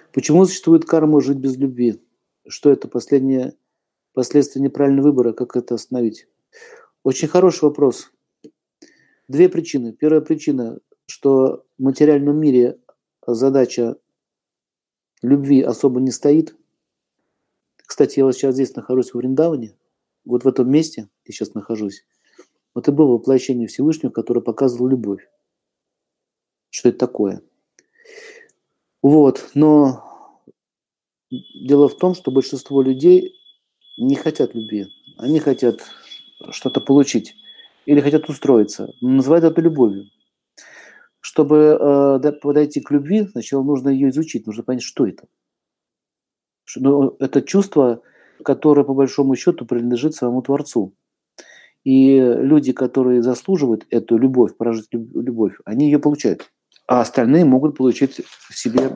Почему существует карма жить без любви? Что это последствия неправильного выбора? Как это остановить? Очень хороший вопрос. Две причины. Первая причина, что в материальном мире задача любви особо не стоит. Кстати, я вот сейчас здесь нахожусь в Вриндаване, вот в этом месте, где сейчас нахожусь. Вот и было воплощение Всевышнего, которое показывало любовь. Что это такое? Вот, но дело в том, что большинство людей не хотят любви. Они хотят что-то получить или хотят устроиться. Называют это любовью. Чтобы подойти к любви, сначала нужно ее изучить, нужно понять, что это. Ну, это чувство, которое, по большому счету, принадлежит самому Творцу. И люди, которые заслуживают эту любовь, прожить любовь, они ее получают. А остальные могут получить в себе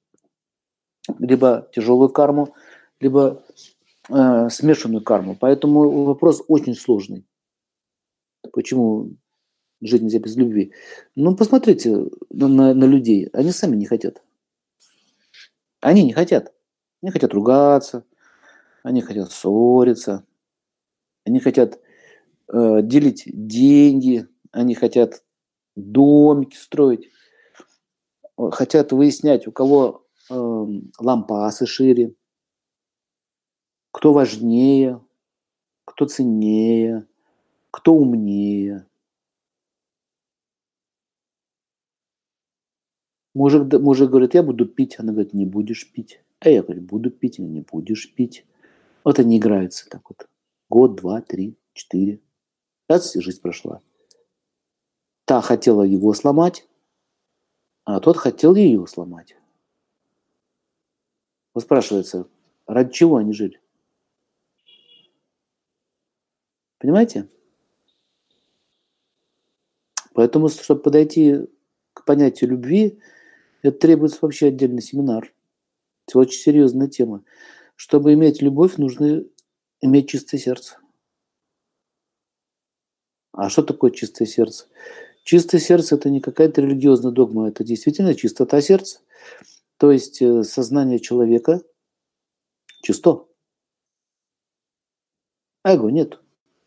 либо тяжелую карму, либо смешанную карму. Поэтому вопрос очень сложный. Почему жить нельзя без любви? Ну, посмотрите на людей. Они сами не хотят. Они не хотят. Они хотят ругаться, они хотят ссориться, они хотят делить деньги, они хотят домики строить, хотят выяснять, у кого лампасы шире, кто важнее, кто ценнее, кто умнее. Мужик говорит, я буду пить. Она говорит, не будешь пить. А я говорю, буду пить, или не будешь пить. Вот они играются так вот. Год, 2, 3, 4. Раз, и жизнь прошла. Та хотела его сломать, а тот хотел ее сломать. Вот спрашивается, ради чего они жили? Понимаете? Поэтому, чтобы подойти к понятию любви, это требуется вообще отдельный семинар. Это очень серьезная тема. Чтобы иметь любовь, нужно иметь чистое сердце. А что такое чистое сердце? Чистое сердце – это не какая-то религиозная догма, это действительно чистота сердца. То есть сознание человека чисто. Эго нет.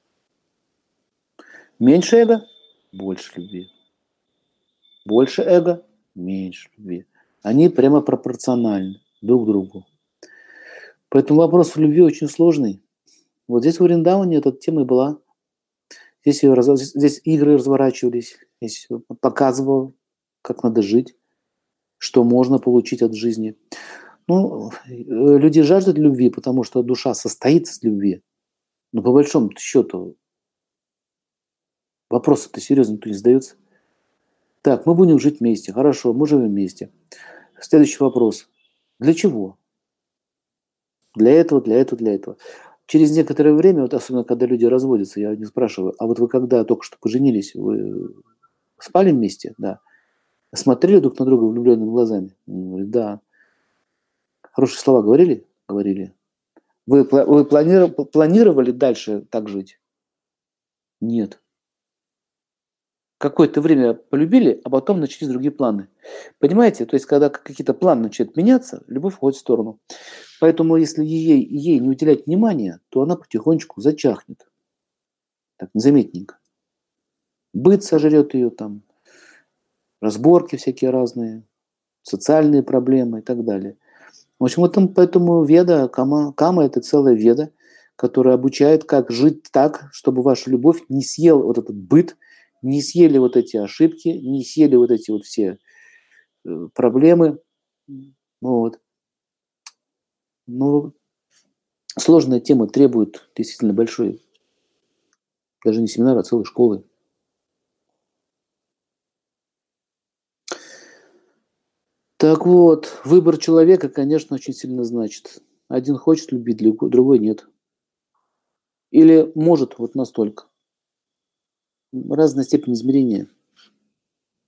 Меньше эго – больше любви. Больше эго – меньше любви. Они прямо пропорциональны друг другу. Поэтому вопрос любви очень сложный. Вот здесь в Вриндаване эта тема и была. Здесь игры разворачивались, здесь показывал, как надо жить, что можно получить от жизни. Ну, люди жаждут любви, потому что душа состоит из любви. Но по большому счету вопрос-то серьезно никто не задается. Так, мы будем жить вместе. Хорошо, мы живем вместе. Следующий вопрос. Для чего? Для этого, для этого, для этого. Через некоторое время, вот особенно когда люди разводятся, я не спрашиваю, а вот вы когда только что поженились, вы спали вместе? Да. Смотрели друг на друга влюбленными глазами? Говорит, да. Хорошие слова говорили? Говорили. Вы планировали дальше так жить? Нет. Какое-то время полюбили, а потом начались другие планы. Понимаете? То есть, когда какие-то планы начинают меняться, любовь уходит в сторону. Поэтому, если ей не уделять внимания, то она потихонечку зачахнет. Так, незаметненько. Быт сожрет ее там, разборки всякие разные, социальные проблемы и так далее. В общем, поэтому веда, кама – это целая веда, которая обучает, как жить так, чтобы ваша любовь не съела вот этот быт, не съели вот эти ошибки, не съели вот эти вот все проблемы. Вот. Но сложная тема требует действительно большой, даже не семинара, а целой школы. Так вот, выбор человека, конечно, очень сильно значит. Один хочет любить, другой нет. Или может вот настолько. Разная степень измерения.